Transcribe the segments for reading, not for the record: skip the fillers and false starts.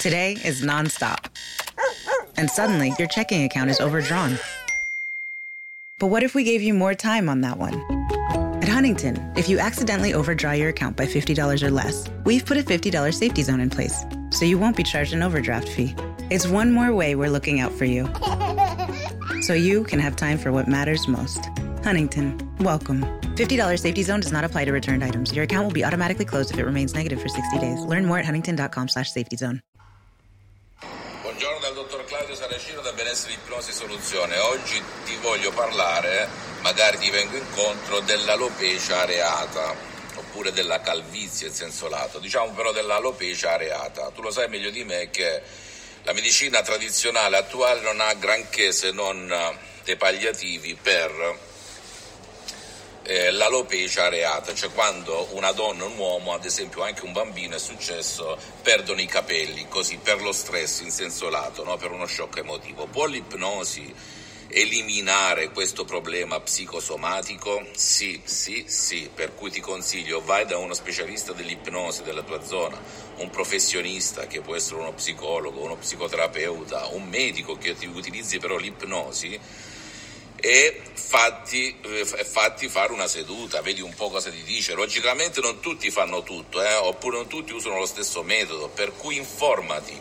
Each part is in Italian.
Today is nonstop. And suddenly, your checking account is overdrawn. But what if we gave you more time on that one? At Huntington, if you accidentally overdraw your account by $50 or less, we've put a $50 safety zone in place, so you won't be charged an overdraft fee. It's one more way we're looking out for you, so you can have time for what matters most. Huntington, welcome. $50 safety zone does not apply to returned items. Your account will be automatically closed if it remains negative for 60 days. Learn more at huntington.com/safetyzone. Buongiorno dal dottor Claudio Saracino da Benessere Ipnosi Soluzione. Oggi ti voglio parlare, magari ti vengo incontro, dell'alopecia areata oppure della calvizie in senso lato, diciamo però dell'alopecia areata. Tu lo sai meglio di me che la medicina tradizionale attuale non ha granché se non dei palliativi per l'alopecia areata, cioè quando una donna, un uomo, ad esempio anche un bambino, è successo, perdono i capelli così per lo stress in senso lato, no? Per uno shock emotivo. Può l'ipnosi eliminare questo problema psicosomatico? Sì, per cui ti consiglio, vai da uno specialista dell'ipnosi della tua zona, un professionista che può essere uno psicologo, uno psicoterapeuta, un medico che ti utilizzi però l'ipnosi, e fatti fare una seduta, vedi un po' cosa ti dice. Logicamente non tutti fanno tutto, oppure non tutti usano lo stesso metodo, per cui informati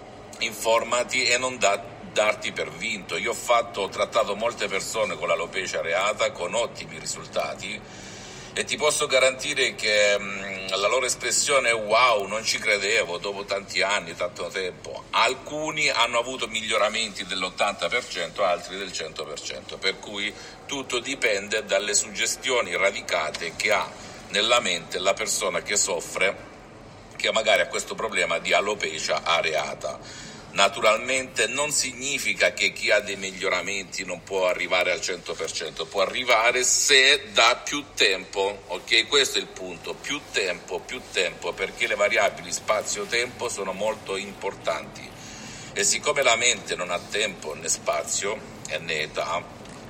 e non darti per vinto. Io ho trattato molte persone con l'alopecia areata con ottimi risultati e ti posso garantire che la loro espressione è wow, non ci credevo, dopo tanti anni, tanto tempo. Alcuni hanno avuto miglioramenti dell'80%, altri del 100%, per cui tutto dipende dalle suggestioni radicate che ha nella mente la persona che soffre, che magari ha questo problema di alopecia areata. Naturalmente non significa che chi ha dei miglioramenti non può arrivare al 100%, può arrivare se dà più tempo, ok? Questo è il punto, più tempo, perché le variabili spazio-tempo sono molto importanti e siccome la mente non ha tempo né spazio né età,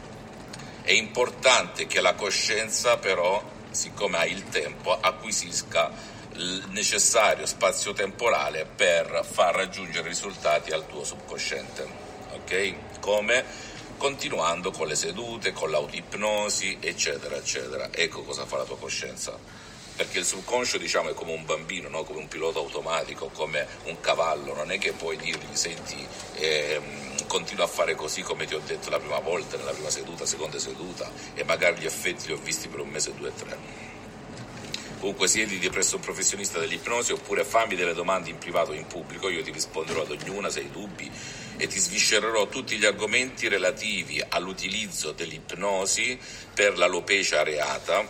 è importante che la coscienza però, siccome ha il tempo, acquisisca il necessario spazio temporale per far raggiungere risultati al tuo subconsciente, ok? Come continuando con le sedute, con l'autipnosi, eccetera. Ecco cosa fa la tua coscienza, perché il subconscio, diciamo, è come un bambino, no? Come un pilota automatico, come un cavallo. Non è che puoi dirgli, senti, continua a fare così come ti ho detto la prima volta, nella prima seduta, seconda seduta, e magari gli effetti li ho visti per 1 mese, 2, 3. Comunque siediti presso un professionista dell'ipnosi oppure fammi delle domande in privato o in pubblico, io ti risponderò ad ognuna se hai dubbi e ti sviscererò tutti gli argomenti relativi all'utilizzo dell'ipnosi per l'alopecia areata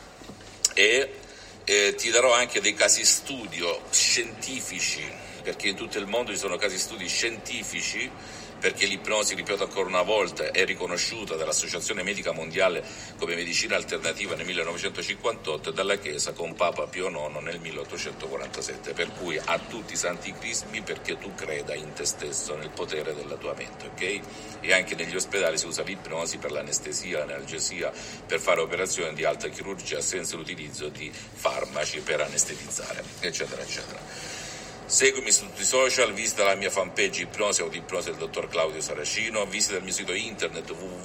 e ti darò anche dei casi studio scientifici, perché in tutto il mondo ci sono casi studi scientifici, perché l'ipnosi, ripeto ancora una volta, è riconosciuta dall'Associazione Medica Mondiale come medicina alternativa nel 1958 e dalla Chiesa con Papa Pio IX nel 1847, per cui a tutti i santi crismi perché tu creda in te stesso, nel potere della tua mente, ok? E anche negli ospedali si usa l'ipnosi per l'anestesia, l'analgesia, per fare operazioni di alta chirurgia senza l'utilizzo di farmaci per anestetizzare, eccetera. Seguimi su tutti i social, visita la mia fanpage Ipnosi Autipnosi del dottor Claudio Saracino, visita il mio sito internet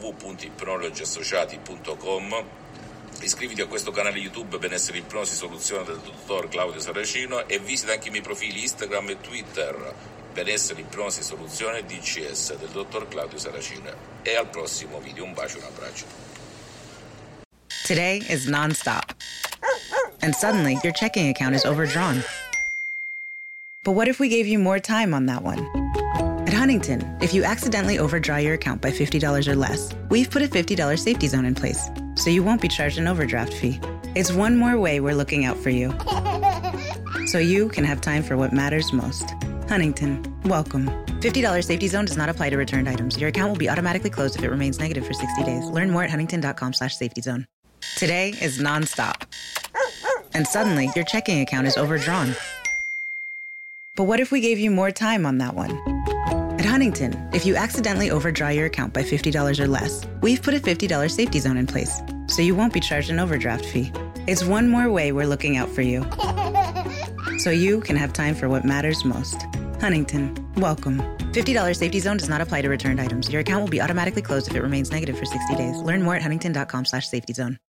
www.ipnologiassociati.com, iscriviti a questo canale YouTube Benessere Ipnosi Soluzione del dottor Claudio Saracino e visita anche i miei profili Instagram e Twitter Benessere Ipnosi Soluzione DCS del dottor Claudio Saracino. E al prossimo video, un bacio e un abbraccio. Today is nonstop. And suddenly your checking account is overdrawn. But what if we gave you more time on that one? At Huntington, if you accidentally overdraw your account by $50 or less, we've put a $50 safety zone in place, so you won't be charged an overdraft fee. It's one more way we're looking out for you, so you can have time for what matters most. Huntington, welcome. $50 safety zone does not apply to returned items. Your account will be automatically closed if it remains negative for 60 days. Learn more at huntington.com/safetyzone. Today is nonstop. And suddenly, your checking account is overdrawn. But what if we gave you more time on that one? At Huntington, if you accidentally overdraw your account by $50 or less, we've put a $50 safety zone in place, so you won't be charged an overdraft fee. It's one more way we're looking out for you, so you can have time for what matters most. Huntington, welcome. $50 safety zone does not apply to returned items. Your account will be automatically closed if it remains negative for 60 days. Learn more at huntington.com/safety zone.